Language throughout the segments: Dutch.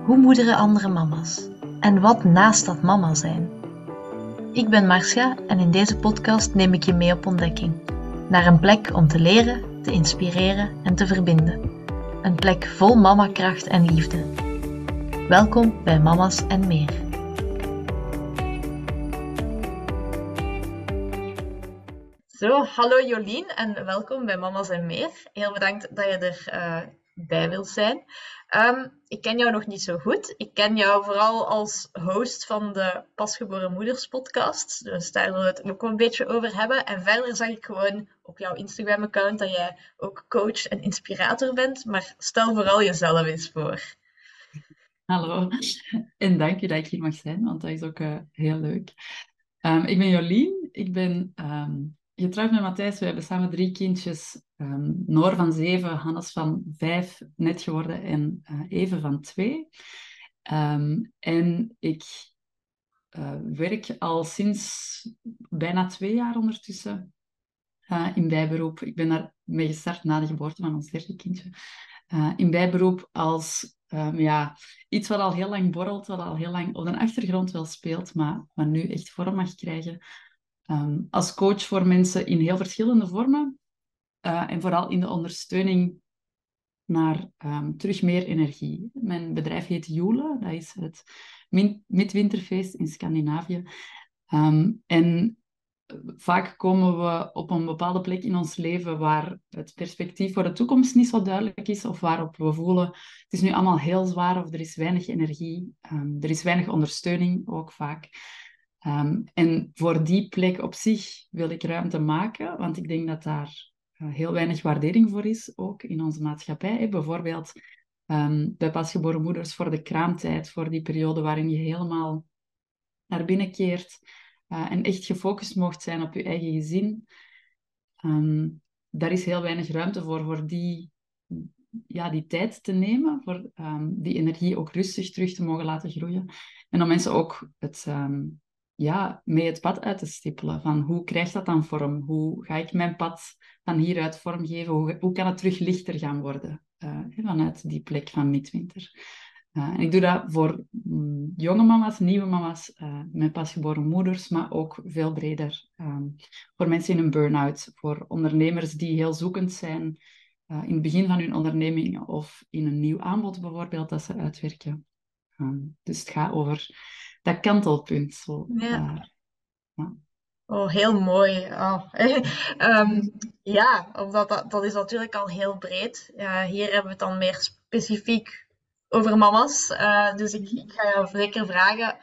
Hoe moederen andere mama's? En wat naast dat mama zijn? Ik ben Marcia en in deze podcast neem ik je mee op ontdekking. Naar een plek om te leren, te inspireren en te verbinden. Een plek vol mamakracht en liefde. Welkom bij Mama's en Meer. Zo, hallo Jolien en welkom bij Mama's en Meer. Heel bedankt dat je erbij wilt zijn. Ik ken jou nog niet zo goed. Ik ken jou vooral als host van de Pasgeboren Moeders podcast. Dus daar zullen we het ook wel een beetje over hebben. En verder zag ik gewoon op jouw Instagram-account dat jij ook coach en inspirator bent. Maar stel vooral jezelf eens voor. Hallo, en dank je dat ik hier mag zijn, want dat is ook heel leuk. Ik ben Jolien, ik ben getrouwd met Matthijs. We hebben samen 3 kindjes. Noor van 7, Hannes van 5 net geworden en Eve van 2. En ik werk al sinds bijna 2 jaar ondertussen in bijberoep. Ik ben daar mee gestart na de geboorte van ons derde kindje. In bijberoep als iets wat al heel lang borrelt, wat al heel lang op de achtergrond wel speelt, maar wat nu echt vorm mag krijgen. Als coach voor mensen in heel verschillende vormen en vooral in de ondersteuning naar terug meer energie. Mijn bedrijf heet Joele, dat is het midwinterfeest in Scandinavië. En vaak komen we op een bepaalde plek in ons leven waar het perspectief voor de toekomst niet zo duidelijk is, of waarop we voelen, het is nu allemaal heel zwaar, of er is weinig energie, er is weinig ondersteuning ook vaak. En voor die plek op zich wil ik ruimte maken, want ik denk dat daar heel weinig waardering voor is, ook in onze maatschappij. Bijvoorbeeld bij pasgeboren moeders voor de kraamtijd, voor die periode waarin je helemaal naar binnen keert en echt gefocust mocht zijn op je eigen gezin. Daar is heel weinig ruimte voor die tijd te nemen, voor die energie ook rustig terug te mogen laten groeien. En om mensen ook mee het pad uit te stippelen. Van hoe krijgt dat dan vorm? Hoe ga ik mijn pad van hieruit vormgeven? Hoe kan het terug lichter gaan worden vanuit die plek van midwinter? En ik doe dat voor jonge mama's, nieuwe mama's, met pasgeboren moeders, maar ook veel breder. Voor mensen in een burn-out, voor ondernemers die heel zoekend zijn in het begin van hun onderneming of in een nieuw aanbod bijvoorbeeld dat ze uitwerken. Dus het gaat over dat kantelpunt. Zo, Ja. ja. Oh, heel mooi. Oh. Ja, omdat dat is natuurlijk al heel breed. Hier hebben we het dan meer specifiek over mama's. Dus ik ga jou zeker vragen,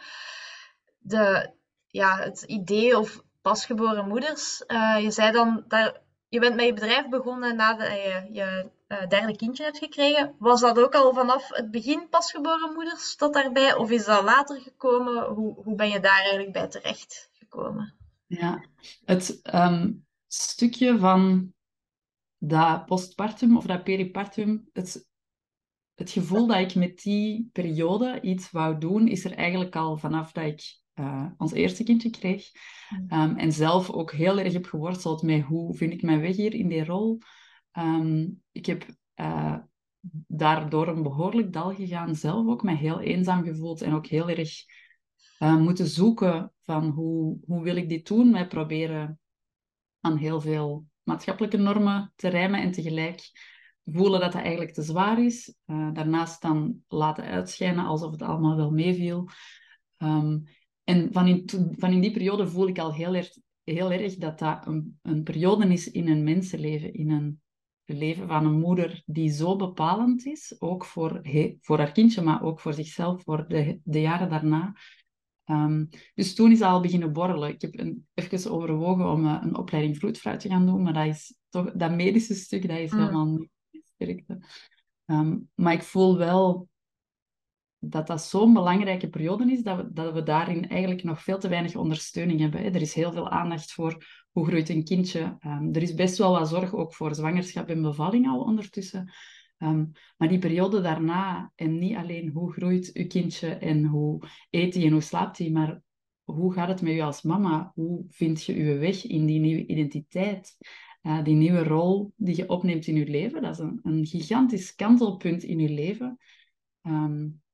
het idee of pasgeboren moeders. Je zei dan dat je bent met je bedrijf begonnen nadat je derde kindje hebt gekregen. Was dat ook al vanaf het begin pasgeboren moeders tot daarbij? Of is dat later gekomen? Hoe ben je daar eigenlijk bij terecht gekomen? Ja, het stukje van dat postpartum of dat peripartum, het gevoel dat ik met die periode iets wou doen, is er eigenlijk al vanaf dat ik ons eerste kindje kreeg. En zelf ook heel erg heb geworsteld met hoe vind ik mijn weg hier in die rol. Ik heb daardoor een behoorlijk dal gegaan zelf ook, me heel eenzaam gevoeld en ook heel erg moeten zoeken van hoe wil ik dit doen. Wij proberen aan heel veel maatschappelijke normen te rijmen en tegelijk voelen dat dat eigenlijk te zwaar is. Daarnaast dan laten uitschijnen alsof het allemaal wel meeviel. En van in die periode voel ik al heel erg dat dat een periode is in een mensenleven, in een leven van een moeder die zo bepalend is, ook voor haar kindje, maar ook voor zichzelf, voor de jaren daarna. Dus toen is dat al beginnen borrelen. Ik heb even overwogen om een opleiding vroedvrouw te gaan doen, maar dat is toch, dat medische stuk, dat is Mm. helemaal niet mijn sterkte. Maar ik voel wel dat dat zo'n belangrijke periode is, dat we daarin eigenlijk nog veel te weinig ondersteuning hebben. Hè. Er is heel veel aandacht voor hoe groeit een kindje. Er is best wel wat zorg ook voor zwangerschap en bevalling al ondertussen. Maar die periode daarna, en niet alleen hoe groeit uw kindje en hoe eet hij en hoe slaapt hij, maar hoe gaat het met u als mama? Hoe vind je uw weg in die nieuwe identiteit? Die nieuwe rol die je opneemt in je leven, dat is een gigantisch kantelpunt in je leven. Um,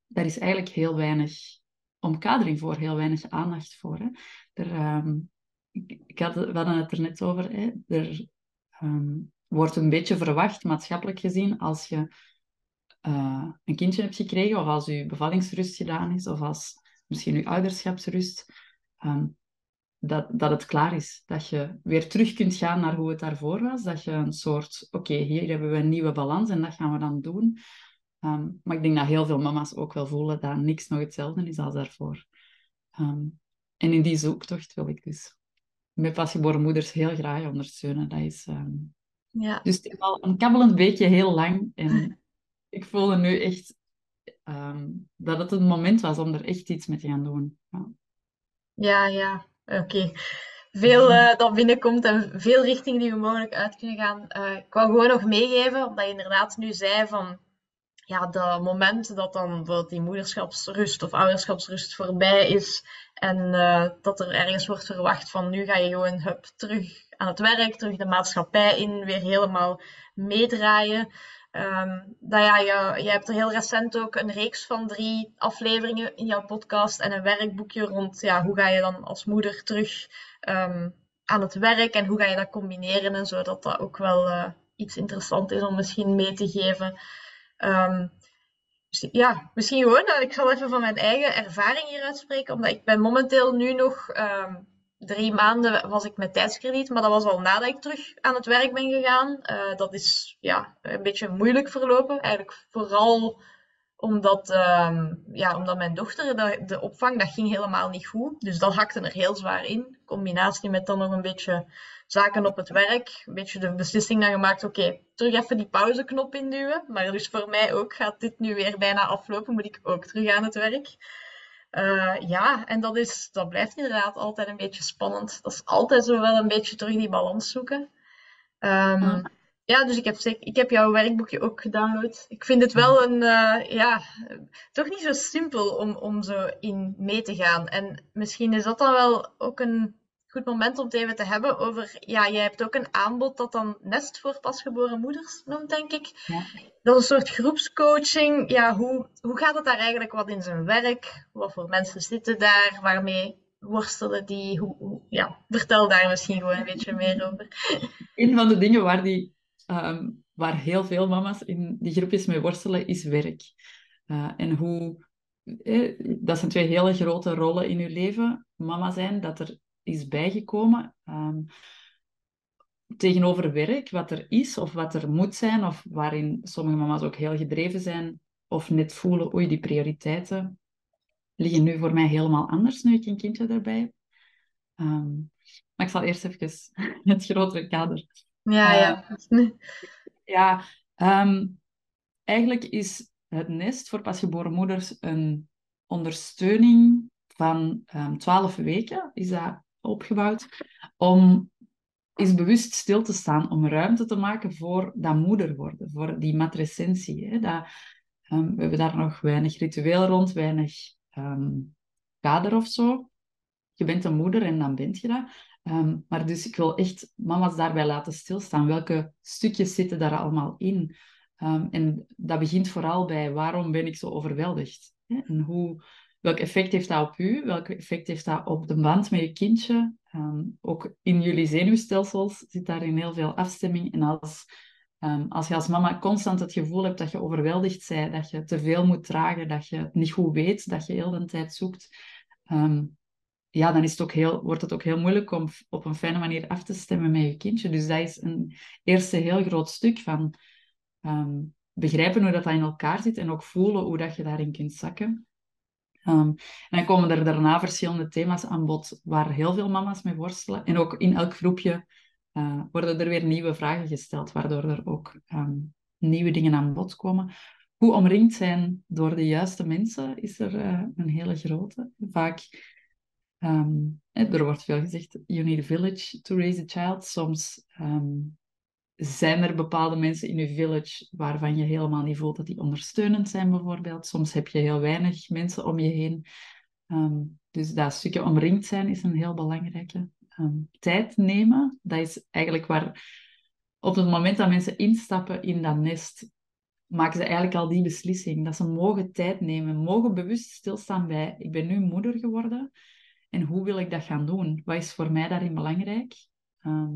daar is eigenlijk heel weinig omkadering voor, heel weinig aandacht voor. Hè. We hadden het er net over. Hè. Er wordt een beetje verwacht, maatschappelijk gezien, als je een kindje hebt gekregen, of als je bevallingsrust gedaan is, of als misschien je ouderschapsrust, dat het klaar is. Dat je weer terug kunt gaan naar hoe het daarvoor was. Dat je een soort, oké, hier hebben we een nieuwe balans en dat gaan we dan doen. Maar ik denk dat heel veel mama's ook wel voelen dat niks nog hetzelfde is als daarvoor. En in die zoektocht wil ik dus met pasgeboren moeders heel graag ondersteunen. Dat is, Ja. Dus het is al een kabbelend weekje heel lang. En ik voelde nu echt dat het een moment was om er echt iets mee te gaan doen. Ja. Ja, oké. Veel dat binnenkomt en veel richtingen die we mogelijk uit kunnen gaan. Ik wou gewoon nog meegeven, omdat je inderdaad nu zei van ja, dat moment dat dan bijvoorbeeld die moederschapsrust of ouderschapsrust voorbij is en dat er ergens wordt verwacht van nu ga je gewoon terug aan het werk, terug de maatschappij in, weer helemaal meedraaien. Dat ja, je hebt er heel recent ook een reeks van 3 afleveringen in jouw podcast en een werkboekje rond ja, hoe ga je dan als moeder terug aan het werk en hoe ga je dat combineren en zo, dat ook wel iets interessant is om misschien mee te geven. Ja, misschien gewoon, ik zal even van mijn eigen ervaring hier uitspreken, omdat ik ben momenteel nu nog 3 maanden was ik met tijdskrediet, maar dat was al nadat ik terug aan het werk ben gegaan. Dat is ja, een beetje moeilijk verlopen, eigenlijk vooral omdat, ja, omdat mijn dochter, de opvang, dat ging helemaal niet goed. Dus dat hakte er heel zwaar in. In combinatie met dan nog een beetje zaken op het werk. Een beetje de beslissing dan gemaakt, oké, terug even die pauzeknop induwen. Maar dus voor mij ook gaat dit nu weer bijna aflopen, moet ik ook terug aan het werk. Ja, en dat blijft inderdaad altijd een beetje spannend. Dat is altijd zo wel een beetje terug die balans zoeken. Ah, Ja, dus ik heb jouw werkboekje ook gedownload. Ik vind het wel een, ja, toch niet zo simpel om zo in mee te gaan. En misschien is dat dan wel ook een goed moment om het even te hebben over, ja, jij hebt ook een aanbod dat dan Nest voor pasgeboren moeders noemt, denk ik. ja. Dat is een soort groepscoaching. Ja, hoe gaat het daar eigenlijk wat in zijn werk? Wat voor mensen zitten daar? Waarmee worstelen die? Ja, vertel daar misschien gewoon een beetje meer over. Een van de dingen waar heel veel mama's in die groepjes mee worstelen, is werk. En dat zijn 2 hele grote rollen in je leven. Mama zijn, dat er is bijgekomen. Tegenover werk, wat er is of wat er moet zijn, of waarin sommige mama's ook heel gedreven zijn, of net voelen, oei, die prioriteiten liggen nu voor mij helemaal anders, nu ik een kindje erbij heb. Maar ik zal eerst even het grotere kader. Ja, Uh, ja. ja, eigenlijk is het Nest voor pasgeboren moeders een ondersteuning van 12 weken, is dat opgebouwd, om eens bewust stil te staan, om ruimte te maken voor dat moeder worden, voor die matrescentie. Hè? We hebben daar nog weinig ritueel rond, weinig kader of zo. Je bent een moeder en dan bent je dat. Maar dus ik wil echt mama's daarbij laten stilstaan. Welke stukjes zitten daar allemaal in? En dat begint vooral bij waarom ben ik zo overweldigd? Hè? En welk effect heeft dat op u? Welk effect heeft dat op de band met je kindje? Ook in jullie zenuwstelsels zit daarin heel veel afstemming. En als je als mama constant het gevoel hebt dat je overweldigd bent, dat je te veel moet dragen, dat je het niet goed weet, dat je heel de tijd zoekt, ja, dan wordt het ook heel moeilijk om op een fijne manier af te stemmen met je kindje. Dus dat is een eerste heel groot stuk van begrijpen hoe dat in elkaar zit en ook voelen hoe dat je daarin kunt zakken. En dan komen er daarna verschillende thema's aan bod waar heel veel mama's mee worstelen. En ook in elk groepje worden er weer nieuwe vragen gesteld, waardoor er ook nieuwe dingen aan bod komen. Hoe omringd zijn door de juiste mensen is er een hele grote. Vaak er wordt veel gezegd, you need a village to raise a child. Soms zijn er bepaalde mensen in je village waarvan je helemaal niet voelt dat die ondersteunend zijn, bijvoorbeeld. Soms heb je heel weinig mensen om je heen. Dus dat stukje omringd zijn is een heel belangrijke. Tijd nemen, dat is eigenlijk waar op het moment dat mensen instappen in dat nest, maken ze eigenlijk al die beslissing. Dat ze mogen tijd nemen, mogen bewust stilstaan bij, ik ben nu moeder geworden en hoe wil ik dat gaan doen? Wat is voor mij daarin belangrijk? Ehm,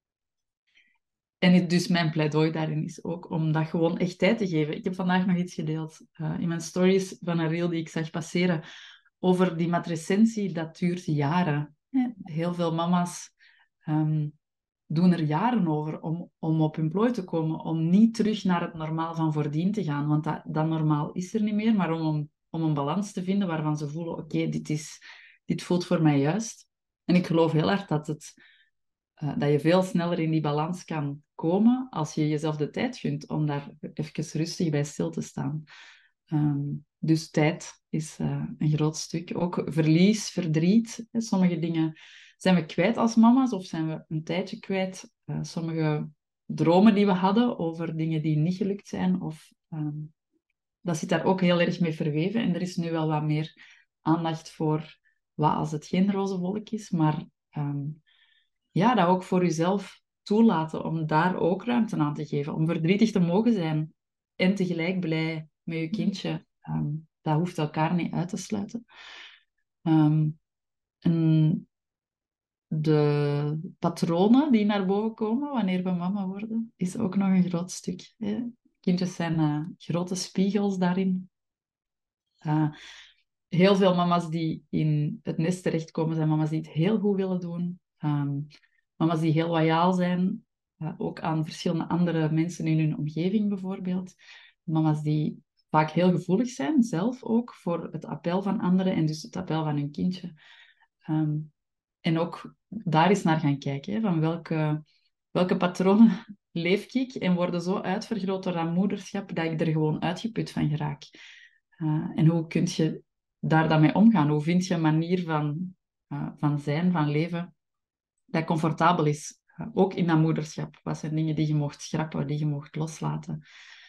dus mijn pleidooi daarin is ook om dat gewoon echt tijd te geven. Ik heb vandaag nog iets gedeeld in mijn stories van een reel die ik zag passeren over die matrescentie, dat duurt jaren. Heel veel mama's doen er jaren over om op hun plooi te komen, om niet terug naar het normaal van voordien te gaan, want dat normaal is er niet meer, maar om een balans te vinden waarvan ze voelen, oké, dit voelt voor mij juist. En ik geloof heel hard dat je veel sneller in die balans kan komen als je jezelf de tijd gunt om daar even rustig bij stil te staan. Dus tijd is een groot stuk. Ook verlies, verdriet. Hè. Sommige dingen zijn we kwijt als mama's of zijn we een tijdje kwijt. Sommige dromen die we hadden over dingen die niet gelukt zijn. Dat zit daar ook heel erg mee verweven. En er is nu wel wat meer aandacht voor wat als het geen roze wolk is. Maar ja, dat ook voor jezelf toelaten om daar ook ruimte aan te geven. Om verdrietig te mogen zijn en tegelijk blij met je kindje. Dat hoeft elkaar niet uit te sluiten. En de patronen die naar boven komen wanneer we mama worden, is ook nog een groot stuk. Hè? Kindjes zijn grote spiegels daarin. Heel veel mama's die in het nest terechtkomen, zijn mama's die het heel goed willen doen. Mama's die heel loyaal zijn, ook aan verschillende andere mensen in hun omgeving bijvoorbeeld. Mama's die vaak heel gevoelig zijn, zelf ook, voor het appel van anderen en dus het appel van hun kindje. En ook daar eens naar gaan kijken, hè, van welke patronen leef ik en worden zo uitvergroot door dat moederschap dat ik er gewoon uitgeput van geraak. En hoe kun je daar dan mee omgaan? Hoe vind je een manier van zijn, van leven, dat comfortabel is? Ook in dat moederschap. Wat zijn dingen die je mocht schrappen, die je mocht loslaten?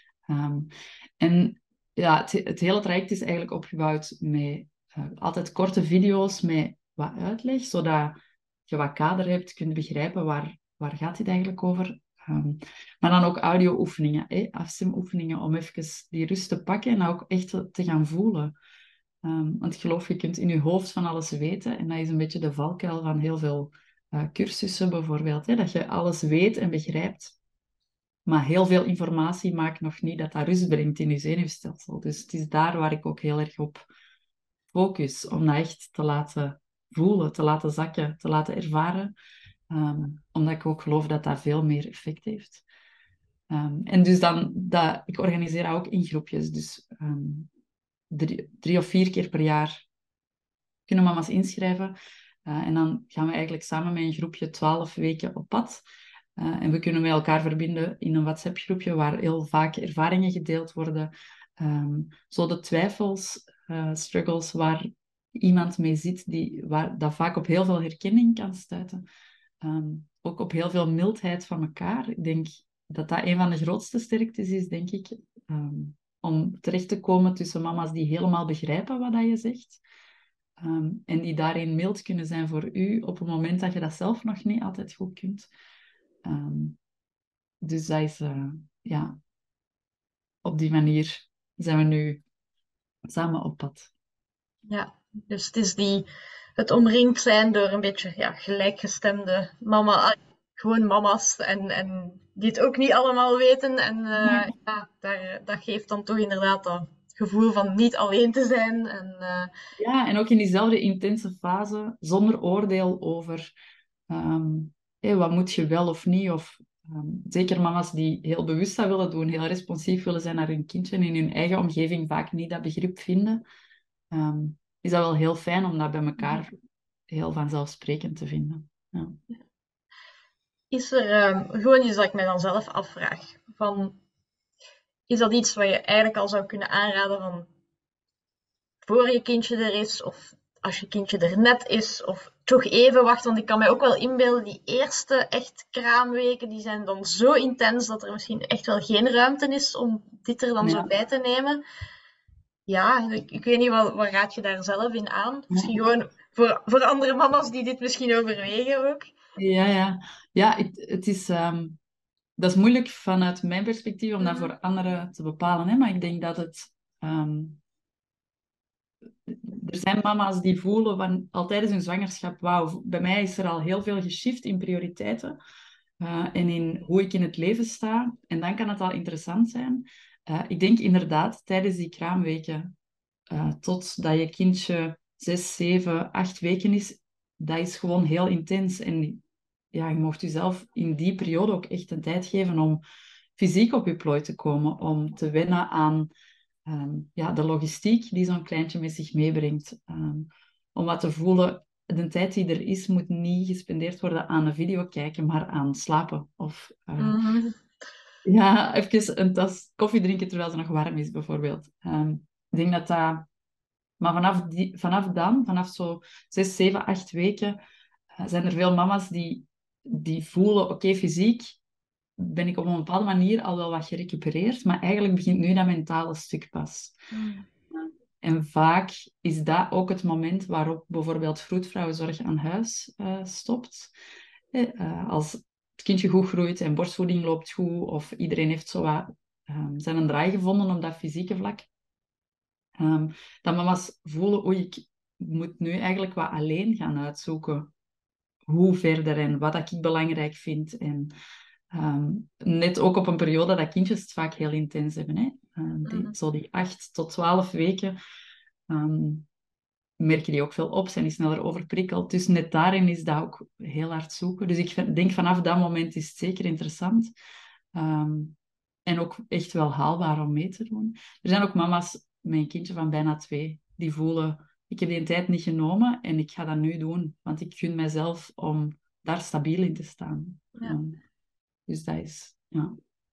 En ja, het hele traject is eigenlijk opgebouwd met altijd korte video's met wat uitleg, zodat je wat kader hebt, kunt begrijpen waar gaat dit eigenlijk over. Maar dan ook audio-oefeningen, afstemoefeningen, om even die rust te pakken en ook echt te gaan voelen. Want ik geloof, je kunt in je hoofd van alles weten en dat is een beetje de valkuil van heel veel cursussen bijvoorbeeld. Dat je alles weet en begrijpt, maar heel veel informatie maakt nog niet dat dat rust brengt in je zenuwstelsel. Dus het is daar waar ik ook heel erg op focus, om dat echt te laten voelen, te laten zakken, te laten ervaren. Omdat ik ook geloof dat dat veel meer effect heeft. En dus ik organiseer dat ook in groepjes. Dus 3 of 4 keer per jaar kunnen mama's inschrijven. En dan gaan we eigenlijk samen met een groepje 12 weken op pad. En we kunnen met elkaar verbinden in een WhatsApp-groepje waar heel vaak ervaringen gedeeld worden. Zo de twijfels, struggles waar iemand mee zit, waar dat vaak op heel veel herkenning kan stuiten. Ook op heel veel mildheid van elkaar. Ik denk dat dat een van de grootste sterktes is, denk ik. Om terecht te komen tussen mama's die helemaal begrijpen wat dat je zegt. En die daarin mild kunnen zijn voor u op het moment dat je dat zelf nog niet altijd goed kunt. Dus dat is, ja, op die manier zijn we nu samen op pad. Ja, dus het is het omringd zijn door een beetje ja, gelijkgestemde gewoon mama's en die het ook niet allemaal weten. En Nee. ja, dat geeft dan toch inderdaad dat gevoel van niet alleen te zijn. Ja, en ook in diezelfde intense fase, zonder oordeel over wat moet je wel of niet. Of zeker mama's die heel bewust dat willen doen, heel responsief willen zijn naar hun kindje en in hun eigen omgeving vaak niet dat begrip vinden, is dat wel heel fijn om dat bij elkaar heel vanzelfsprekend te vinden. Ja. Is er gewoon iets dat ik mij dan zelf afvraag? Is dat iets wat je eigenlijk al zou kunnen aanraden van voor je kindje er is, of als je kindje er net is, of toch even wachten? Want ik kan mij ook wel inbeelden, die eerste echt kraamweken, die zijn dan zo intens dat er misschien echt wel geen ruimte is om dit er dan zo Ja. bij te nemen. Ja, ik weet niet, wat raad je daar zelf in aan? Misschien Ja. gewoon voor andere mama's die dit misschien overwegen ook. Ja, ja. Ja, het is... dat is moeilijk vanuit mijn perspectief om dat Mhm. voor anderen te bepalen. Hè? Maar ik denk dat het... er zijn mama's die voelen van, al tijdens hun zwangerschap, wauw, bij mij is er al heel veel geshift in prioriteiten en in hoe ik in het leven sta. En dan kan het al interessant zijn. Ik denk inderdaad, tijdens die kraamweken, totdat je kindje 6, 7, 8 weken is, dat is gewoon heel intens. En ja, je mocht jezelf in die periode ook echt een tijd geven om fysiek op je plooi te komen, om te wennen aan ja, de logistiek die zo'n kleintje met zich meebrengt. Om wat te voelen, de tijd die er is, moet niet gespendeerd worden aan een video kijken, maar aan slapen. Of Mhm. ja, even een tas koffie drinken terwijl ze nog warm is, bijvoorbeeld. Ik denk dat dat... Maar vanaf dan, vanaf zo 6, 7, 8 weken, zijn er veel mama's die voelen, oké, fysiek ben ik op een bepaalde manier al wel wat gerecupereerd, maar eigenlijk begint nu dat mentale stuk pas. Mhm. En vaak is dat ook het moment waarop bijvoorbeeld vroedvrouwenzorg aan huis stopt. Als het kindje goed groeit en borstvoeding loopt goed, of iedereen heeft zo wat, zijn een draai gevonden op dat fysieke vlak, dat mama's voelen, oei, ik moet nu eigenlijk wat alleen gaan uitzoeken hoe verder en wat dat ik belangrijk vind. En net ook op een periode dat kindjes het vaak heel intens hebben. Hè? Mhm. Zo die 8 tot 12 weken merken die ook veel op, zijn die sneller overprikkeld. Dus net daarin is dat ook heel hard zoeken. Dus ik denk vanaf dat moment is het zeker interessant. Ehm, en ook echt wel haalbaar om mee te doen. Er zijn ook mama's met een kindje van bijna 2 die voelen, ik heb die tijd niet genomen en ik ga dat nu doen, want ik gun mezelf om daar stabiel in te staan. Ja. Dus dat is, ja.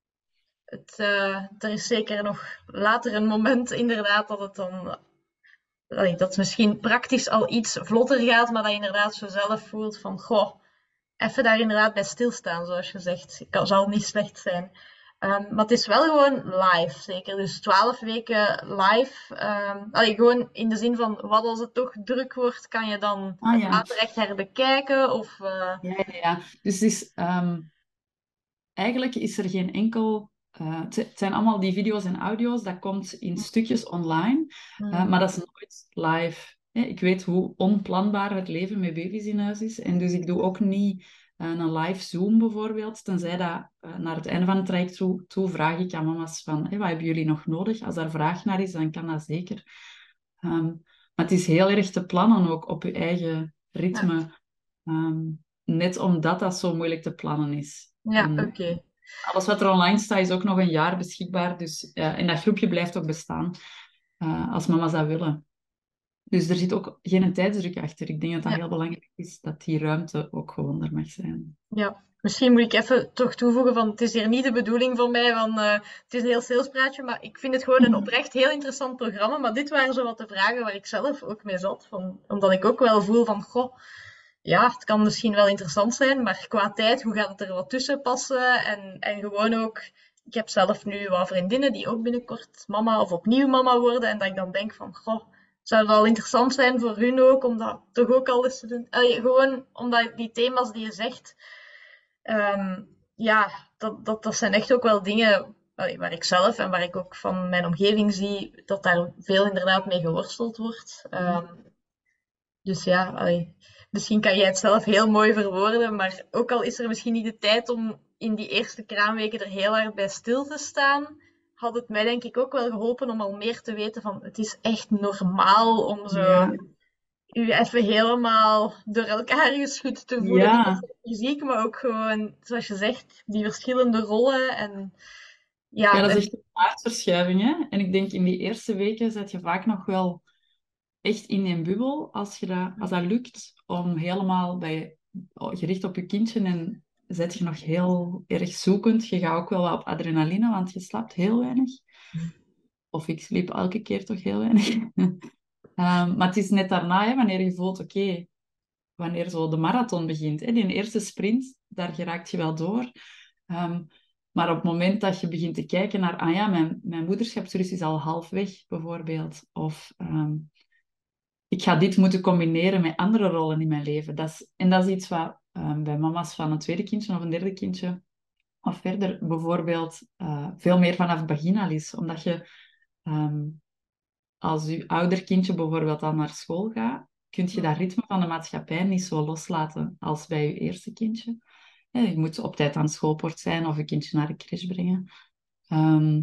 Er is zeker nog later een moment inderdaad dat het dan dat het misschien praktisch al iets vlotter gaat, maar dat je inderdaad zo zelf voelt van, goh, even daar inderdaad bij stilstaan, zoals je zegt. Het zal niet slecht zijn. Maar het is wel gewoon live, zeker. Dus 12 weken live. Gewoon in de zin van, wat als het toch druk wordt, kan je dan Ah het ja, later echt herbekijken? Of, ja. Dus het is, eigenlijk is er geen enkel. Het zijn allemaal die video's en audio's, dat komt in stukjes online, hmm, maar dat is nooit live. Hè. Ik weet hoe onplanbaar het leven met baby's in huis is. En dus ik doe ook niet een live Zoom bijvoorbeeld, tenzij dat naar het einde van het traject toe vraag ik aan mama's van, wat hebben jullie nog nodig? Als daar vraag naar is, dan kan dat zeker. Maar het is heel erg te plannen ook op je eigen ja, ritme. Ehm, Net omdat dat zo moeilijk te plannen is. ja En oké. alles wat er online staat is ook nog een jaar beschikbaar. Dus, en dat groepje blijft ook bestaan als mama's dat willen. Dus er zit ook geen tijdsdruk achter. Ik denk dat dat Ja. heel belangrijk is, dat die ruimte ook gewoon er mag zijn. Ja, misschien moet ik even toch toevoegen van het is hier niet de bedoeling van mij van het is een heel salespraatje, maar ik vind het gewoon een oprecht heel interessant programma. Maar dit waren zo wat de vragen waar ik zelf ook mee zat, van, omdat ik ook wel voel van goh, ja, het kan misschien wel interessant zijn, maar qua tijd, hoe gaat het er wat tussen passen? En gewoon ook, ik heb zelf nu wat vriendinnen die ook binnenkort mama of opnieuw mama worden en dat ik dan denk van goh, zou het wel interessant zijn voor hun ook, om dat toch ook al eens te doen. Gewoon omdat die thema's die je zegt, ja, dat zijn echt ook wel dingen waar ik zelf en waar ik ook van mijn omgeving zie, dat daar veel inderdaad mee geworsteld wordt. Dus ja, misschien kan jij het zelf heel mooi verwoorden, maar ook al is er misschien niet de tijd om in die eerste kraamweken er heel hard bij stil te staan, had het mij denk ik ook wel geholpen om al meer te weten van het is echt normaal om zo Ja, u even helemaal door elkaar geschud te voelen. Niet ja. per se fysiek, maar ook gewoon, zoals je zegt, die verschillende rollen. En Ja, ja, dat is en, echt een aardverschuiving, hè? En ik denk in die eerste weken zet je vaak nog wel echt in een bubbel als dat lukt om helemaal gericht op je kindje en zet je nog heel erg zoekend. Je gaat ook wel wat op adrenaline, want je slaapt heel weinig. Of ik sliep elke keer toch heel weinig. Maar het is net daarna, hè, wanneer je voelt, oké, wanneer zo de marathon begint, hè, die eerste sprint, daar geraakt je wel door. Ehm, maar op het moment dat je begint te kijken naar, ah ja, mijn moederschapsrust is al halfweg, bijvoorbeeld. Of ik ga dit moeten combineren met andere rollen in mijn leven. En dat is iets wat bij mama's van een tweede kindje of een derde kindje Of verder bijvoorbeeld veel meer vanaf het begin al is. Omdat je als je ouder kindje bijvoorbeeld al naar school gaat, kun je dat ritme van de maatschappij niet zo loslaten als bij je eerste kindje. Ja, je moet op tijd aan het schoolpoort zijn of een kindje naar de crash brengen. Ehm,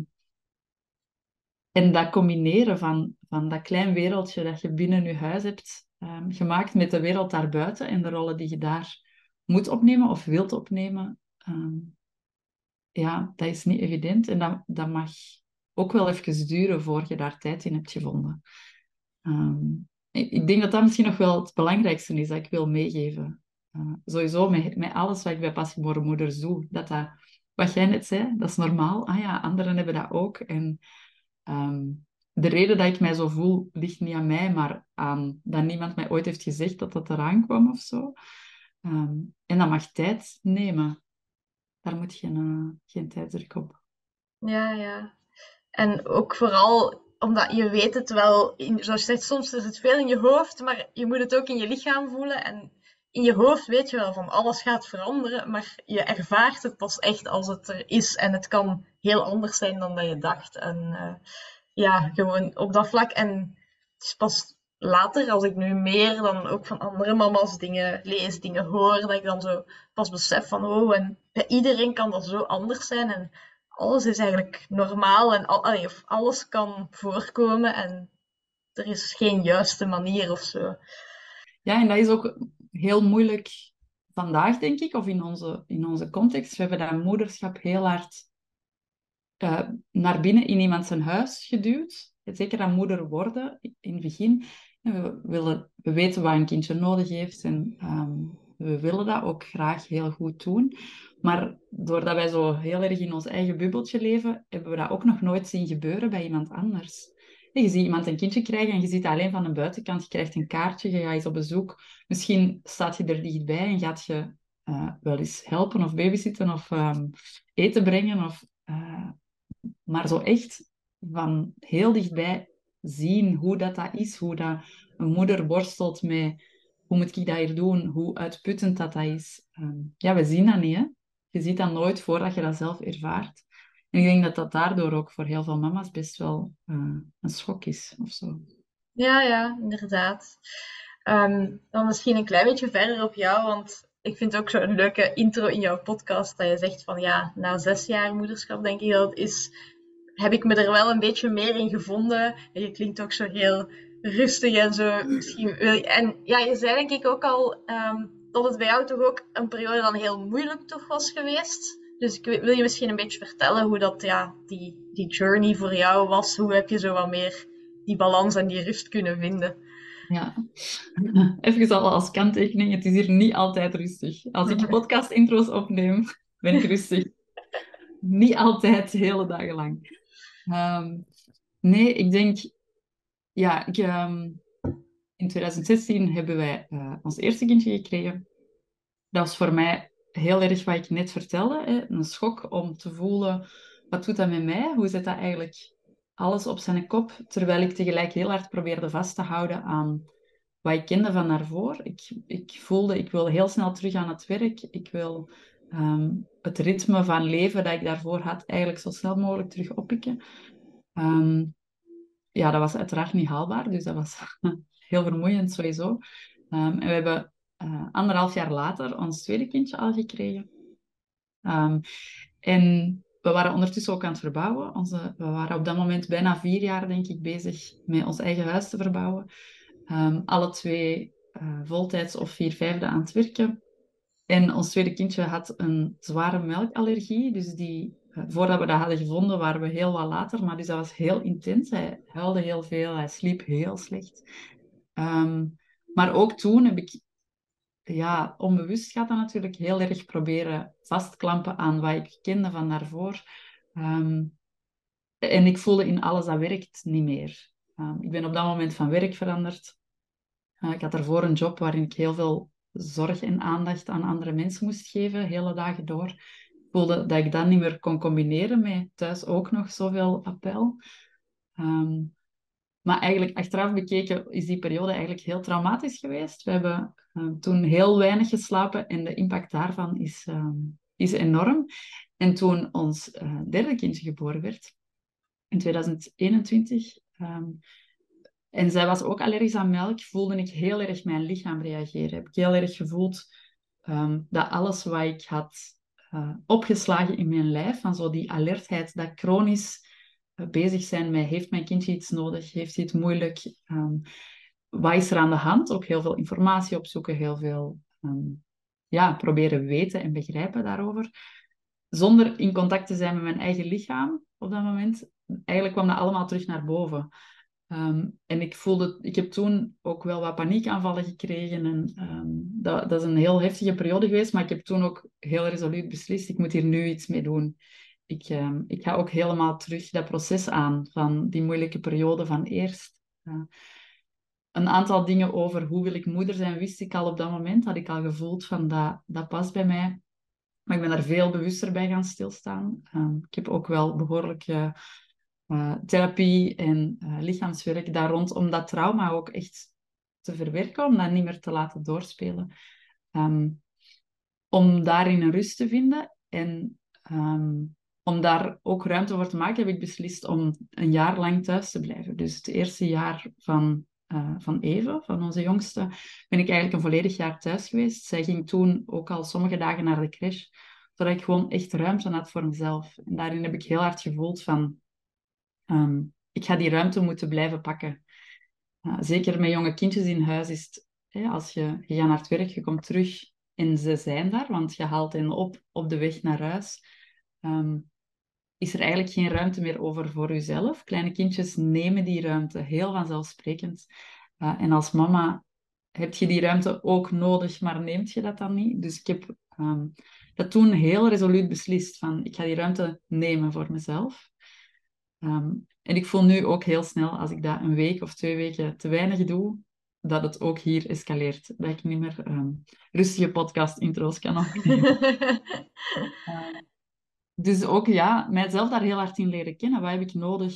en dat combineren van dat klein wereldje dat je binnen je huis hebt gemaakt met de wereld daarbuiten en de rollen die je daar moet opnemen of wilt opnemen, ja, dat is niet evident. En dat mag ook wel even duren voor je daar tijd in hebt gevonden. Ik denk dat dat misschien nog wel het belangrijkste is dat ik wil meegeven. Sowieso met alles wat ik bij Passievore Moeders doe. Wat jij net zei, dat is normaal. Ah ja, anderen hebben dat ook. En de reden dat ik mij zo voel, ligt niet aan mij, maar aan dat niemand mij ooit heeft gezegd dat dat eraan kwam of zo. En dat mag tijd nemen. Daar moet geen tijdsdruk op. Ja, ja. En ook vooral omdat je weet het wel, zoals je zegt, soms is het veel in je hoofd, maar je moet het ook in je lichaam voelen. En in je hoofd weet je wel van alles gaat veranderen, maar je ervaart het pas echt als het er is. En het kan heel anders zijn dan dat je dacht. En ja, gewoon op dat vlak. En het is pas later, als ik nu meer dan ook van andere mama's dingen lees, dingen hoor, dat ik dan zo pas besef van, oh, en bij iedereen kan dat zo anders zijn. En alles is eigenlijk normaal en of alles kan voorkomen en er is geen juiste manier of zo. Ja, en dat is ook heel moeilijk vandaag, denk ik, of in onze context. We hebben dat moederschap heel hard naar binnen in iemand zijn huis geduwd. Zeker dat moeder worden in het begin. En we weten wat een kindje nodig heeft en we willen dat ook graag heel goed doen. Maar doordat wij zo heel erg in ons eigen bubbeltje leven, hebben we dat ook nog nooit zien gebeuren bij iemand anders. Je ziet iemand een kindje krijgen en je ziet dat alleen van de buitenkant. Je krijgt een kaartje, je gaat eens op bezoek. Misschien staat je er dichtbij en gaat je wel eens helpen of babysitten of eten brengen. Maar zo echt van heel dichtbij zien hoe dat is, hoe dat een moeder worstelt met hoe moet ik dat hier doen, hoe uitputtend dat is. Ja, we zien dat niet, hè. Je ziet dat nooit voordat je dat zelf ervaart. En ik denk dat dat daardoor ook voor heel veel mama's best wel een schok is of zo. Ja, ja, inderdaad. Dan misschien een klein beetje verder op jou, want ik vind het ook zo'n leuke intro in jouw podcast dat je zegt van ja, na 6 jaar moederschap denk ik dat het is, heb ik me er wel een beetje meer in gevonden. En je klinkt ook zo heel rustig en zo. Misschien en ja, je zei denk ik ook al dat het bij jou toch ook een periode dan heel moeilijk toch was geweest. Dus wil je misschien een beetje vertellen hoe dat, ja, die journey voor jou was? Hoe heb je zo wat meer die balans en die rust kunnen vinden? Ja, even al als kanttekening, het is hier niet altijd rustig. Als ik podcast-intro's opneem, ben ik rustig. Niet altijd, hele dagen lang. Nee, ik denk, ja, in 2016 hebben wij ons eerste kindje gekregen. Dat was voor mij heel erg wat ik net vertelde, hè? Een schok om te voelen, wat doet dat met mij? Hoe zet dat eigenlijk alles op zijn kop? Terwijl ik tegelijk heel hard probeerde vast te houden aan wat ik kende van daarvoor. Ik voelde, ik wil heel snel terug aan het werk. Ik wil het ritme van leven dat ik daarvoor had, eigenlijk zo snel mogelijk terug oppikken. Ja, dat was uiteraard niet haalbaar, dus dat was heel vermoeiend sowieso. En we hebben 1,5 jaar later ons tweede kindje al gekregen. En we waren ondertussen ook aan het verbouwen. We waren op dat moment bijna 4 jaar, denk ik, bezig met ons eigen huis te verbouwen. Alle twee voltijds of 4/5 aan het werken. En ons tweede kindje had een zware melkallergie. Dus voordat we dat hadden gevonden, waren we heel wat later. Maar dus dat was heel intens. Hij huilde heel veel, hij sliep heel slecht. Maar ook toen heb ik, ja, onbewust gaat dat natuurlijk heel erg proberen vastklampen aan wat ik kende van daarvoor. En ik voelde in alles, dat werkt niet meer. Ik ben op dat moment van werk veranderd. Ik had daarvoor een job waarin ik heel veel zorg en aandacht aan andere mensen moest geven, hele dagen door. Ik voelde dat ik dat niet meer kon combineren met thuis ook nog zoveel appel. Maar eigenlijk achteraf bekeken is die periode eigenlijk heel traumatisch geweest. We hebben toen heel weinig geslapen en de impact daarvan is enorm. En toen ons derde kindje geboren werd, in 2021, en zij was ook allergisch aan melk, voelde ik heel erg mijn lichaam reageren. Heb ik heel erg gevoeld dat alles wat ik had opgeslagen in mijn lijf, van zo die alertheid, dat chronisch bezig zijn met, heeft mijn kindje iets nodig, heeft hij het moeilijk, wat is er aan de hand? Ook heel veel informatie opzoeken, heel veel proberen weten en begrijpen daarover. Zonder in contact te zijn met mijn eigen lichaam op dat moment. Eigenlijk kwam dat allemaal terug naar boven. En ik heb toen ook wel wat paniekaanvallen gekregen. En dat is een heel heftige periode geweest. Maar ik heb toen ook heel resoluut beslist, ik moet hier nu iets mee doen. Ik ga ook helemaal terug dat proces aan van die moeilijke periode van eerst. Een aantal dingen over hoe wil ik moeder zijn, wist ik al op dat moment. Had ik al gevoeld van dat past bij mij. Maar ik ben daar veel bewuster bij gaan stilstaan. Ik heb ook wel behoorlijk therapie en lichaamswerk daar rond om dat trauma ook echt te verwerken, om dat niet meer te laten doorspelen. Om daarin een rust te vinden en om daar ook ruimte voor te maken, heb ik beslist om een jaar lang thuis te blijven. Dus het eerste jaar van Eve, van onze jongste, ben ik eigenlijk een volledig jaar thuis geweest. Zij ging toen ook al sommige dagen naar de crash, zodat ik gewoon echt ruimte had voor mezelf. En daarin heb ik heel hard gevoeld van, ik ga die ruimte moeten blijven pakken. Zeker met jonge kindjes in huis is het, als je gaat naar het werk, je komt terug en ze zijn daar, want je haalt hen op de weg naar huis. Is er eigenlijk geen ruimte meer over voor jezelf. Kleine kindjes nemen die ruimte heel vanzelfsprekend. En als mama heb je die ruimte ook nodig, maar neemt je dat dan niet? Dus ik heb dat toen heel resoluut beslist van ik ga die ruimte nemen voor mezelf. En ik voel nu ook heel snel, als ik dat een week of 2 weken te weinig doe, dat het ook hier escaleert. Dat ik niet meer rustige podcast-intro's kan opnemen. Dus ook mijzelf daar heel hard in leren kennen. Wat heb ik nodig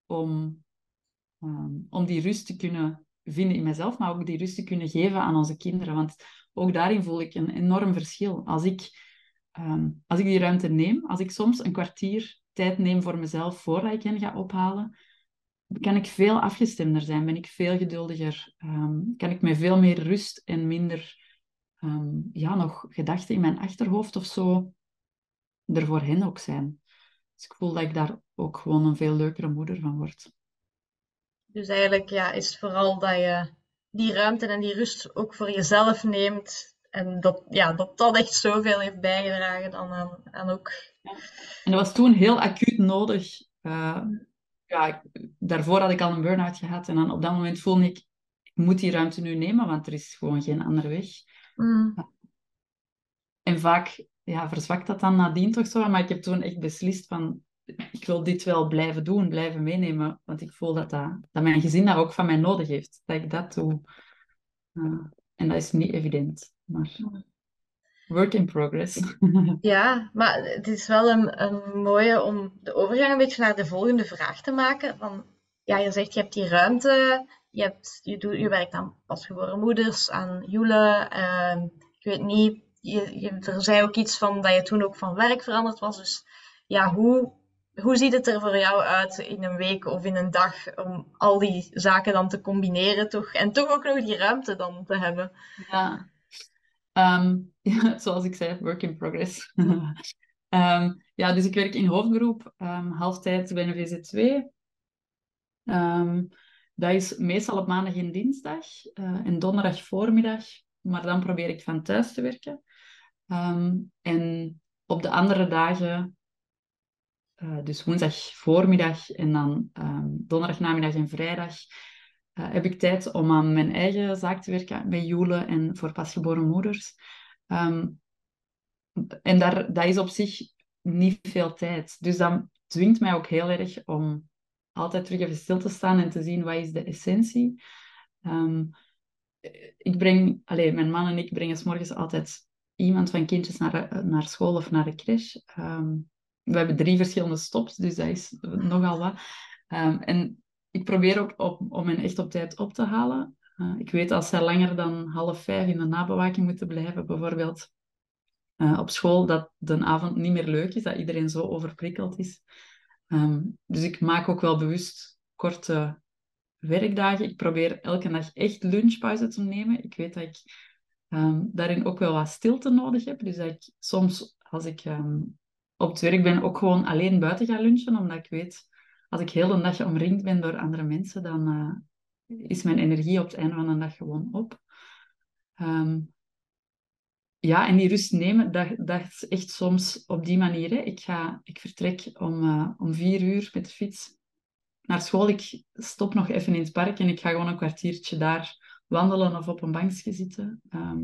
om die rust te kunnen vinden in mezelf, maar ook die rust te kunnen geven aan onze kinderen? Want ook daarin voel ik een enorm verschil. Als ik die ruimte neem, als ik soms een kwartier tijd neem voor mezelf voordat ik hen ga ophalen, kan ik veel afgestemder zijn, ben ik veel geduldiger, kan ik met veel meer rust en minder nog gedachten in mijn achterhoofd of zo er voor hen ook zijn. Dus ik voel dat ik daar ook gewoon een veel leukere moeder van word. Dus eigenlijk is het vooral dat je die ruimte en die rust ook voor jezelf neemt. En dat echt zoveel heeft bijgedragen dan aan ook. Ja. En dat was toen heel acuut nodig. Daarvoor had ik al een burn-out gehad. En dan op dat moment voelde ik moet die ruimte nu nemen, want er is gewoon geen andere weg. En vaak verzwakt dat dan nadien toch zo. Maar ik heb toen echt beslist van ik wil dit wel blijven doen, blijven meenemen. Want ik voel dat mijn gezin dat ook van mij nodig heeft. Dat ik dat doe. En dat is niet evident. Maar work in progress. Ja, maar het is wel een mooie om de overgang een beetje naar de volgende vraag te maken. Van, je zegt je hebt die ruimte, je werkt aan pasgeboren moeders, aan Joele. Ik weet niet, er zei ook iets van dat je toen ook van werk veranderd was. Dus hoe ziet het er voor jou uit in een week of in een dag om al die zaken dan te combineren toch? En toch ook nog die ruimte dan te hebben? Ja. Zoals ik zei, work in progress. Dus ik werk in hoofdberoep, halftijd bij een VZ2. Dat is meestal op maandag en dinsdag en donderdag voormiddag, maar dan probeer ik van thuis te werken. En op de andere dagen, dus woensdag voormiddag en dan donderdag namiddag en vrijdag, heb ik tijd om aan mijn eigen zaak te werken bij Joele en voor pasgeboren moeders. En dat is op zich niet veel tijd. Dus dat dwingt mij ook heel erg om altijd terug even stil te staan en te zien wat is de essentie. Mijn man en ik brengen 's morgens altijd iemand van kindjes naar school of naar de crash. We hebben 3 verschillende stops, dus dat is nogal wat. En ik probeer ook om hen echt op tijd op te halen. Ik weet als zij langer dan 4:30 in de nabewaking moeten blijven, bijvoorbeeld, op school dat de avond niet meer leuk is, dat iedereen zo overprikkeld is. Dus ik maak ook wel bewust korte werkdagen. Ik probeer elke dag echt lunchpauze te nemen. Ik weet dat ik daarin ook wel wat stilte nodig heb. Dus dat ik soms, als ik op het werk ben, ook gewoon alleen buiten ga lunchen, omdat ik weet, als ik heel de dag omringd ben door andere mensen, dan is mijn energie op het einde van de dag gewoon op. Ehm, ja, en die rust nemen, dat is echt soms op die manier. Hè. Ik vertrek om 4 uur met de fiets naar school. Ik stop nog even in het park en ik ga gewoon een kwartiertje daar wandelen of op een bankje zitten.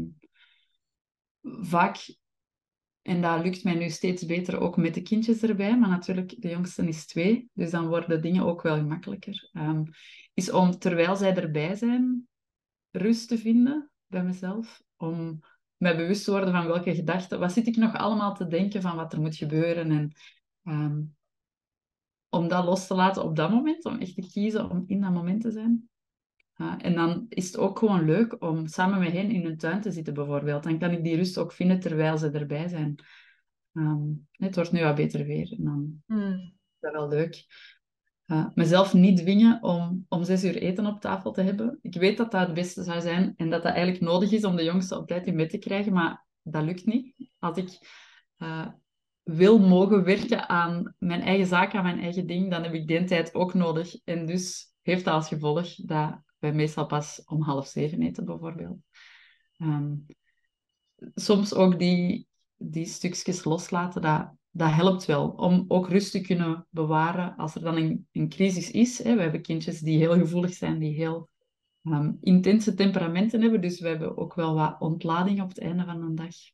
Vaak, en dat lukt mij nu steeds beter ook met de kindjes erbij, maar natuurlijk, de jongste is 2, dus dan worden dingen ook wel gemakkelijker. Is om, terwijl zij erbij zijn, rust te vinden bij mezelf, om mij bewust te worden van welke gedachten, wat zit ik nog allemaal te denken van wat er moet gebeuren en ehm, om dat los te laten op dat moment, om echt te kiezen om in dat moment te zijn. En dan is het ook gewoon leuk om samen met hen in hun tuin te zitten, bijvoorbeeld. Dan kan ik die rust ook vinden terwijl ze erbij zijn. Het wordt nu wat beter weer en dan is dat wel leuk. Mezelf niet dwingen om 6 uur eten op tafel te hebben. Ik weet dat dat het beste zou zijn en dat dat eigenlijk nodig is om de jongste op tijd in bed te krijgen, maar dat lukt niet. Als ik eh, wil mogen werken aan mijn eigen zaak, aan mijn eigen ding, dan heb ik die tijd ook nodig. En dus heeft dat als gevolg dat wij meestal pas om 6:30 eten, bijvoorbeeld. Ehm, Soms ook die stukjes loslaten, dat helpt wel. Om ook rust te kunnen bewaren als er dan een crisis is. Hè. We hebben kindjes die heel gevoelig zijn, die heel intense temperamenten hebben. Dus we hebben ook wel wat ontlading op het einde van een dag.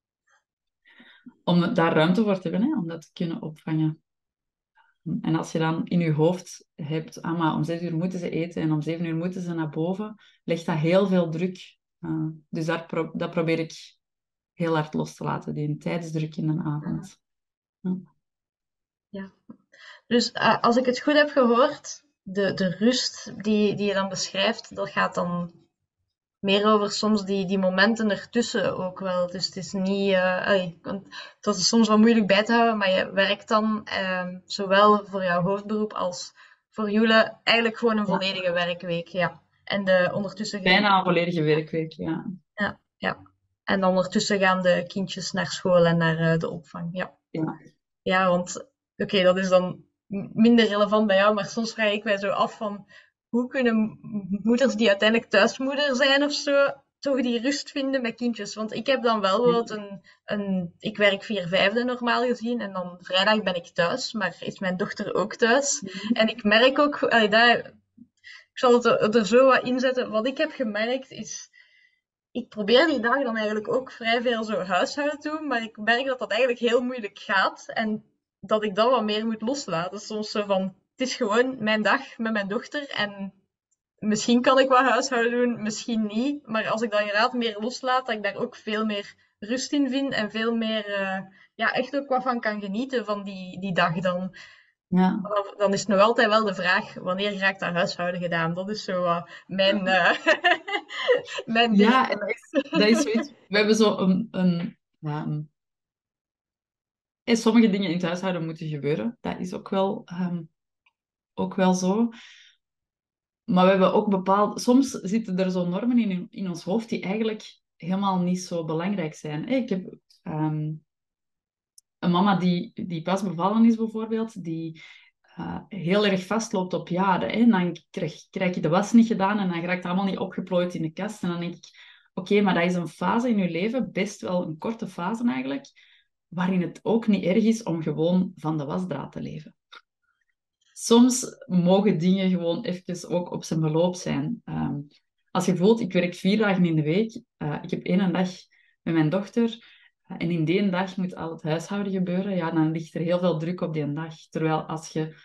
Om daar ruimte voor te hebben, hè, om dat te kunnen opvangen. En als je dan in je hoofd hebt, maar om 6 uur moeten ze eten en om 7 uur moeten ze naar boven, legt dat heel veel druk. Dus dat probeer ik heel hard los te laten, die tijdsdruk in de avond. Ja. Ja. Dus als ik het goed heb gehoord, de rust die je dan beschrijft, dat gaat dan meer over soms die momenten ertussen ook wel. Dus het is niet, want dat is soms wel moeilijk bij te houden, maar je werkt dan zowel voor jouw hoofdberoep als voor Jule eigenlijk gewoon een Ja, volledige werkweek. Ja. En ondertussen bijna een volledige werkweek, ja. ja, ja. En ondertussen gaan de kindjes naar school en naar de opvang. Ja. Ja, Ja, want oké, dat is dan minder relevant bij jou, maar soms vraag ik mij zo af van hoe kunnen moeders die uiteindelijk thuismoeder zijn of zo, toch die rust vinden met kindjes? Want ik heb dan wel wat ik werk 4/5 normaal gezien en dan vrijdag ben ik thuis, maar is mijn dochter ook thuis. En ik merk ook, ik zal het er zo wat inzetten, wat ik heb gemerkt is ik probeer die dagen dan eigenlijk ook vrij veel zo huishouden te doen, maar ik merk dat dat eigenlijk heel moeilijk gaat en dat ik dat wat meer moet loslaten. Soms zo van, het is gewoon mijn dag met mijn dochter en misschien kan ik wat huishouden doen, misschien niet. Maar als ik dat inderdaad meer loslaat, dat ik daar ook veel meer rust in vind en veel meer, ja, echt ook wat van kan genieten van die dag dan. ja. Dan is het nog altijd wel de vraag, wanneer raakt dat huishouden gedaan? Dat is zo mijn, mijn Ja, en dilemma. dat is zoiets. We hebben zo sommige dingen in het huishouden moeten gebeuren. Dat is ook wel zo. Maar we hebben ook bepaald... Soms zitten er zo normen in ons hoofd die eigenlijk helemaal niet zo belangrijk zijn. Ik heb een mama die pas bevallen is bijvoorbeeld, die heel erg vastloopt op jaren. En dan krijg je de was niet gedaan en dan raakt het allemaal niet opgeplooid in de kast. En dan denk ik, oké, maar dat is een fase in je leven, best wel een korte fase eigenlijk, waarin het ook niet erg is om gewoon van de wasdraad te leven. Soms mogen dingen gewoon even ook op zijn beloop zijn. Als je voelt, ik werk 4 dagen in de week, ik heb 1 dag met mijn dochter en in die dag moet al het huishouden gebeuren, ja, dan ligt er heel veel druk op die dag. Terwijl als je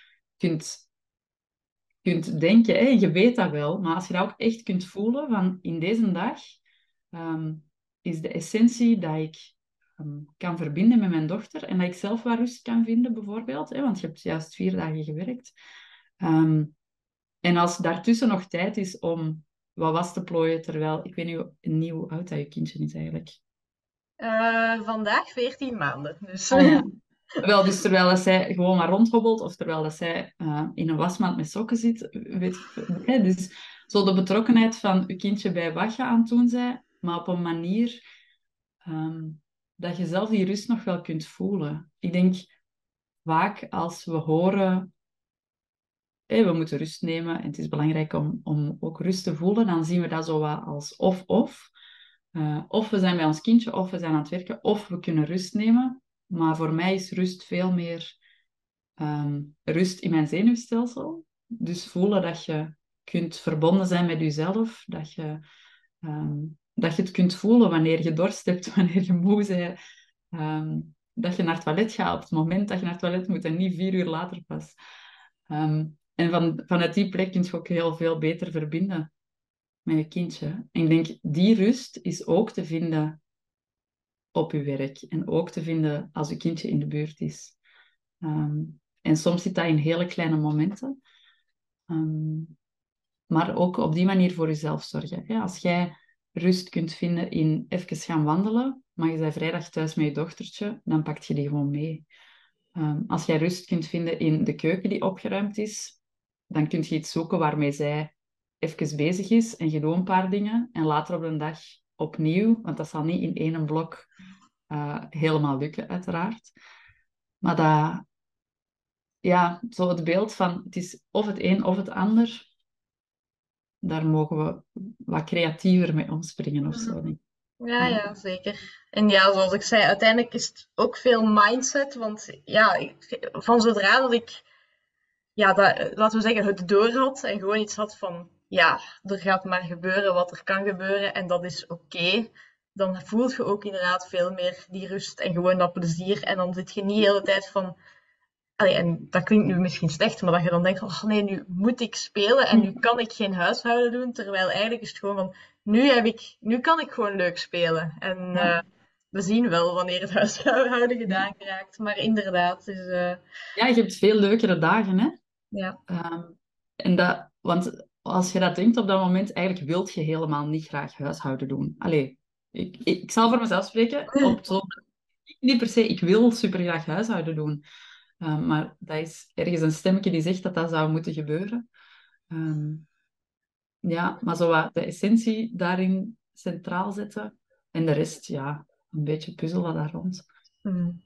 kunt denken, hè, je weet dat wel, maar als je dat ook echt kunt voelen, van in deze dag ehm, is de essentie dat ik kan verbinden met mijn dochter en dat ik zelf wat rust kan vinden, bijvoorbeeld, hè, want je hebt juist 4 dagen gewerkt. Ehm, en als daartussen nog tijd is om wat was te plooien, terwijl, ik weet niet hoe oud dat je kindje is eigenlijk. Vandaag 14 maanden. Dus Ah ja. Wel, dus terwijl dat zij gewoon maar rondhobbelt of terwijl dat zij in een wasmand met sokken zit, weet ik veel. Hè? Dus zo de betrokkenheid van uw kindje bij wat je aan het doen bent, maar op een manier ehm, dat je zelf die rust nog wel kunt voelen. Ik denk vaak als we horen, we moeten rust nemen en het is belangrijk om ook rust te voelen, dan zien we dat zo wat als of-of. Of we zijn bij ons kindje, of we zijn aan het werken, of we kunnen rust nemen. Maar voor mij is rust veel meer rust in mijn zenuwstelsel. Dus voelen dat je kunt verbonden zijn met jezelf, ehm, dat je het kunt voelen wanneer je dorst hebt, wanneer je moe bent, ehm, dat je naar het toilet gaat op het moment dat je naar het toilet moet en niet 4 uur later pas. En vanuit die plek kun je ook heel veel beter verbinden met je kindje. En ik denk, die rust is ook te vinden op je werk en ook te vinden als je kindje in de buurt is. Ehm, en soms zit dat in hele kleine momenten. Ehm, maar ook op die manier voor jezelf zorgen. Ja, als jij rust kunt vinden in even gaan wandelen, maar je bent vrijdag thuis met je dochtertje, dan pak je die gewoon mee. Als jij rust kunt vinden in de keuken die opgeruimd is, dan kun je iets zoeken waarmee zij even bezig is en je doet een paar dingen en later op de dag opnieuw, want dat zal niet in één blok helemaal lukken, uiteraard. Maar dat, ja, zo het beeld van het is of het een of het ander, daar mogen we wat creatiever mee omspringen of zo. Denk ik. ja, Ja. ja, zeker. En ja, zoals ik zei, uiteindelijk is het ook veel mindset. Want ja, van zodra dat ik, ja, dat, laten we zeggen, het door had en gewoon iets had van, ja, er gaat maar gebeuren wat er kan gebeuren en dat is oké, dan voel je ook inderdaad veel meer die rust en gewoon dat plezier. En dan zit je niet de hele tijd van, allee, en dat klinkt nu misschien slecht, maar dat je dan denkt van, oh nee, nu moet ik spelen en nu kan ik geen huishouden doen. Terwijl eigenlijk is het gewoon van, nu kan ik gewoon leuk spelen. En Ja. we zien wel wanneer het huishouden gedaan geraakt. Maar inderdaad, dus, Ja, je hebt veel leukere dagen, hè? ja. Ehm, en dat, want als je dat denkt op dat moment, eigenlijk wilt je helemaal niet graag huishouden doen. Allee, ik zal voor mezelf spreken. Op zo, niet per se, ik wil supergraag huishouden doen. Maar dat is ergens een stemmetje die zegt dat dat zou moeten gebeuren. Ehm, ja, maar zo wat de essentie daarin centraal zetten. En de rest, ja, een beetje puzzelen daar rond. Mm.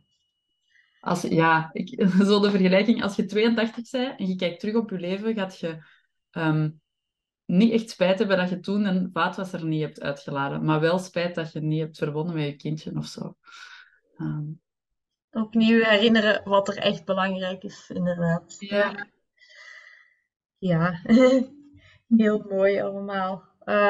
Ja, zo de vergelijking, als je 82 bent en je kijkt terug op je leven, gaat je ehm, niet echt spijt hebben dat je toen een vaatwasser niet hebt uitgeladen, maar wel spijt dat je niet hebt verbonden met je kindje of zo. Ehm, Opnieuw herinneren wat er echt belangrijk is, inderdaad. Ja, ja, ja. Heel mooi allemaal.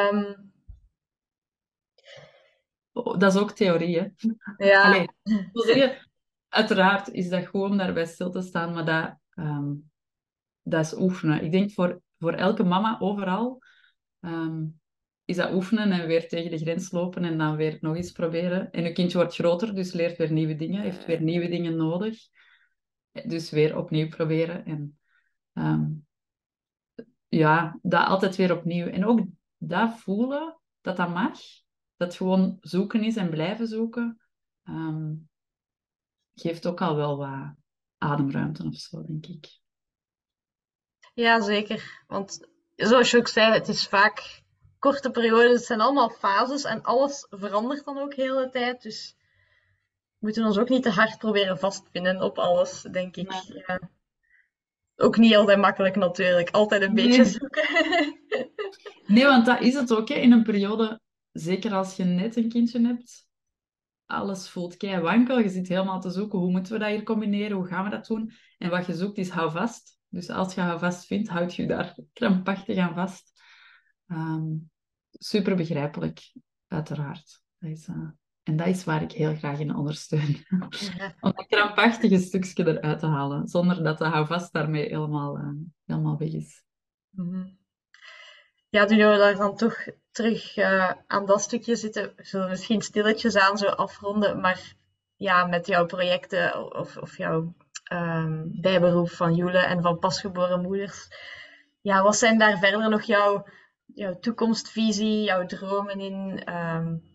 oh, dat is ook theorie, hè. Ja. Allee, ik wil zeggen, uiteraard is dat gewoon om daarbij stil te staan, maar dat is oefenen. Ik denk voor elke mama overal ehm, is dat oefenen en weer tegen de grens lopen en dan weer nog eens proberen. En je kindje wordt groter, dus leert weer nieuwe dingen, heeft weer nieuwe dingen nodig. Dus weer opnieuw proberen. En ehm, ja, dat altijd weer opnieuw. En ook dat voelen, dat dat mag. Dat gewoon zoeken is en blijven zoeken. ehm, geeft ook al wel wat ademruimte of zo, denk ik. Ja, zeker. Want zoals je ook zei, het is vaak korte periodes, het zijn allemaal fases en alles verandert dan ook de hele tijd. Dus we moeten ons ook niet te hard proberen vastpinnen op alles, denk ik. Nee. Ja. Ook niet altijd makkelijk natuurlijk, altijd een beetje Nee. zoeken. Nee, want dat is het ook, hè. In een periode, zeker als je net een kindje hebt, alles voelt kei wankel. Je zit helemaal te zoeken, hoe moeten we dat hier combineren, hoe gaan we dat doen? En wat je zoekt is hou vast. Dus als je hou vast vindt, houd je daar krampachtig aan vast. Ehm, super begrijpelijk, uiteraard. En dat is waar ik heel graag in ondersteun. Ja. Om dat krampachtige stukje eruit te halen, zonder dat de houvast daarmee helemaal weg is. Mhm. Ja, nu we daar dan toch terug aan dat stukje zitten, zullen we misschien stilletjes aan zo afronden. Maar ja, met jouw projecten of jouw bijberoep van Joele en van pasgeboren moeders. Ja, wat zijn daar verder nog jouw toekomstvisie, jouw dromen in?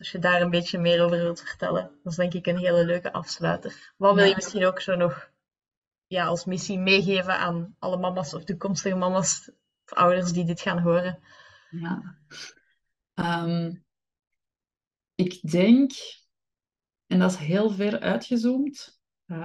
Als je daar een beetje meer over wilt vertellen, dat is denk ik een hele leuke afsluiter. Wat wil je Ja, misschien ook zo nog als missie meegeven aan alle mama's of toekomstige mama's of ouders die dit gaan horen? ja. Ehm, ik denk, en dat is heel ver uitgezoomd,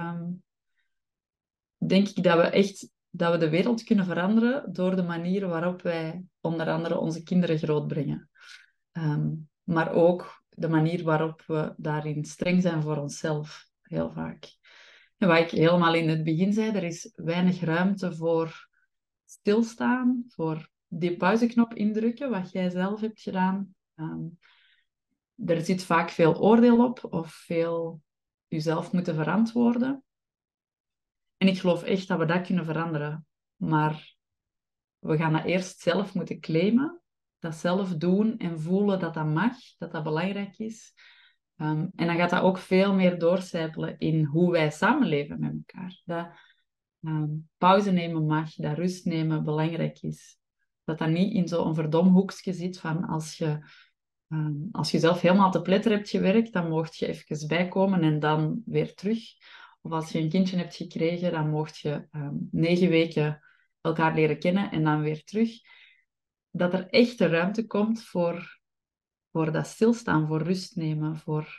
denk ik dat we de wereld kunnen veranderen door de manier waarop wij onder andere onze kinderen grootbrengen. Maar ook de manier waarop we daarin streng zijn voor onszelf, heel vaak. En wat ik helemaal in het begin zei, er is weinig ruimte voor stilstaan, voor die pauzeknop indrukken, wat jij zelf hebt gedaan. Er zit vaak veel oordeel op of veel jezelf moeten verantwoorden. En ik geloof echt dat we dat kunnen veranderen. Maar we gaan dat eerst zelf moeten claimen. Dat zelf doen en voelen dat dat mag, dat dat belangrijk is. En dan gaat dat ook veel meer doorcijpelen in hoe wij samenleven met elkaar. Dat pauze nemen mag, dat rust nemen belangrijk is. Dat dat niet in zo'n verdom hoekje zit van als je zelf helemaal te pletter hebt gewerkt, dan mocht je even bijkomen en dan weer terug. Of als je een kindje hebt gekregen, dan mocht je 9 weken elkaar leren kennen en dan weer terug. Dat er echt de ruimte komt voor dat stilstaan, voor rust nemen.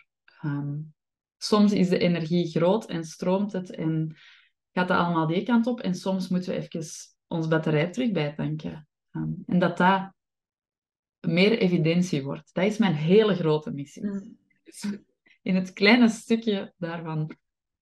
Soms is de energie groot en stroomt het en gaat het allemaal die kant op. En soms moeten we even ons batterij terug bijtanken. En dat meer evidentie wordt. Dat is mijn hele grote missie. Dus in het kleine stukje daarvan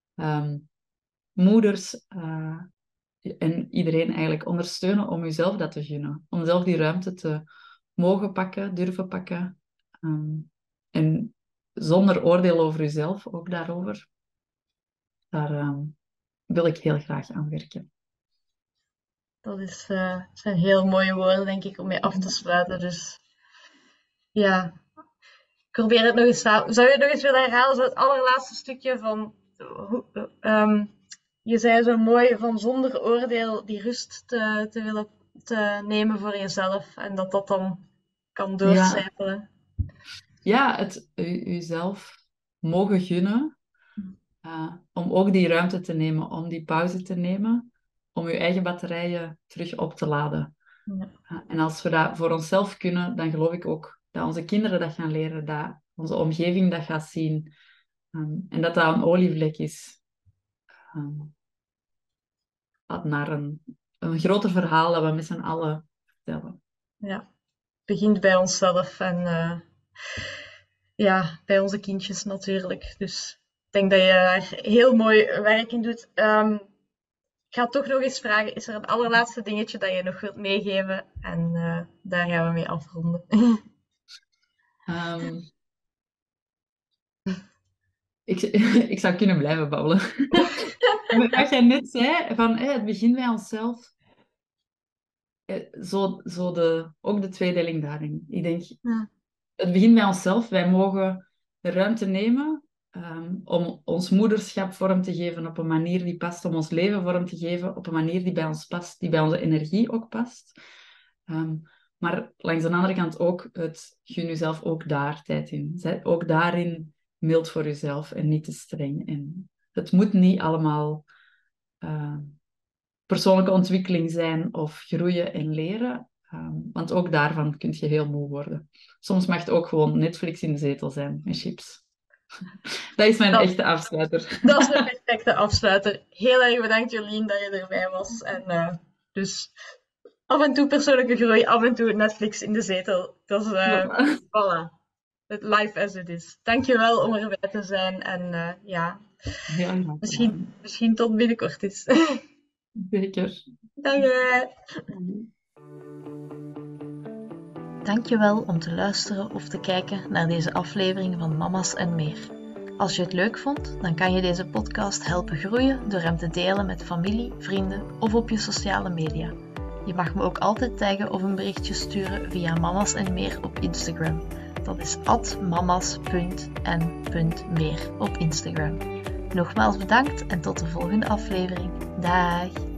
moeders en iedereen eigenlijk ondersteunen om jezelf dat te gunnen. Om zelf die ruimte te mogen pakken, durven pakken. En zonder oordeel over jezelf, ook daarover. Daar wil ik heel graag aan werken. Dat zijn heel mooie woorden, denk ik, om mee af te sluiten. Dus ja, ik probeer het nog eens samen. Zou je het nog eens willen herhalen? Zo het allerlaatste stukje van... je zei zo mooi van zonder oordeel die rust te willen nemen voor jezelf. En dat dat dan kan doorcijpelen. Ja, het jezelf mogen gunnen. Om ook die ruimte te nemen, om die pauze te nemen. Om je eigen batterijen terug op te laden. Ja. En als we dat voor onszelf kunnen, dan geloof ik ook dat onze kinderen dat gaan leren, dat onze omgeving dat gaat zien. En dat dat een olievlek is. Naar een groter verhaal dat we met z'n allen vertellen. Ja, het begint bij onszelf en bij onze kindjes natuurlijk. Dus ik denk dat je daar heel mooi werk in doet. Ik ga toch nog eens vragen, is er een allerlaatste dingetje dat je nog wilt meegeven? En daar gaan we mee afronden. Ik zou kunnen blijven babbelen. Wat jij net zei, van het begint bij onszelf. Ook de tweedeling daarin. Ik denk, het begint bij onszelf. Wij mogen de ruimte nemen om ons moederschap vorm te geven op een manier die past, om ons leven vorm te geven op een manier die bij ons past, die bij onze energie ook past. Maar langs de andere kant ook gun jezelf ook daar tijd in. Zij ook daarin mild voor jezelf en niet te streng. En het moet niet allemaal persoonlijke ontwikkeling zijn of groeien en leren. Want ook daarvan kun je heel moe worden. Soms mag het ook gewoon Netflix in de zetel zijn met chips. Dat is mijn echte afsluiter. Dat is een perfecte afsluiter. Heel erg bedankt Jolien dat je erbij was. En dus af en toe persoonlijke groei, af en toe Netflix in de zetel. Dat is voilà. Het life as it is. Dankjewel om erbij te zijn. En misschien tot binnenkort is. Zeker. Dank je. Dankjewel om te luisteren of te kijken naar deze aflevering van Mama's en Meer. Als je het leuk vond, dan kan je deze podcast helpen groeien door hem te delen met familie, vrienden of op je sociale media. Je mag me ook altijd taggen of een berichtje sturen via Mama's en Meer op Instagram. Dat is @mamas.en.meer op Instagram. Nogmaals bedankt en tot de volgende aflevering. Dag!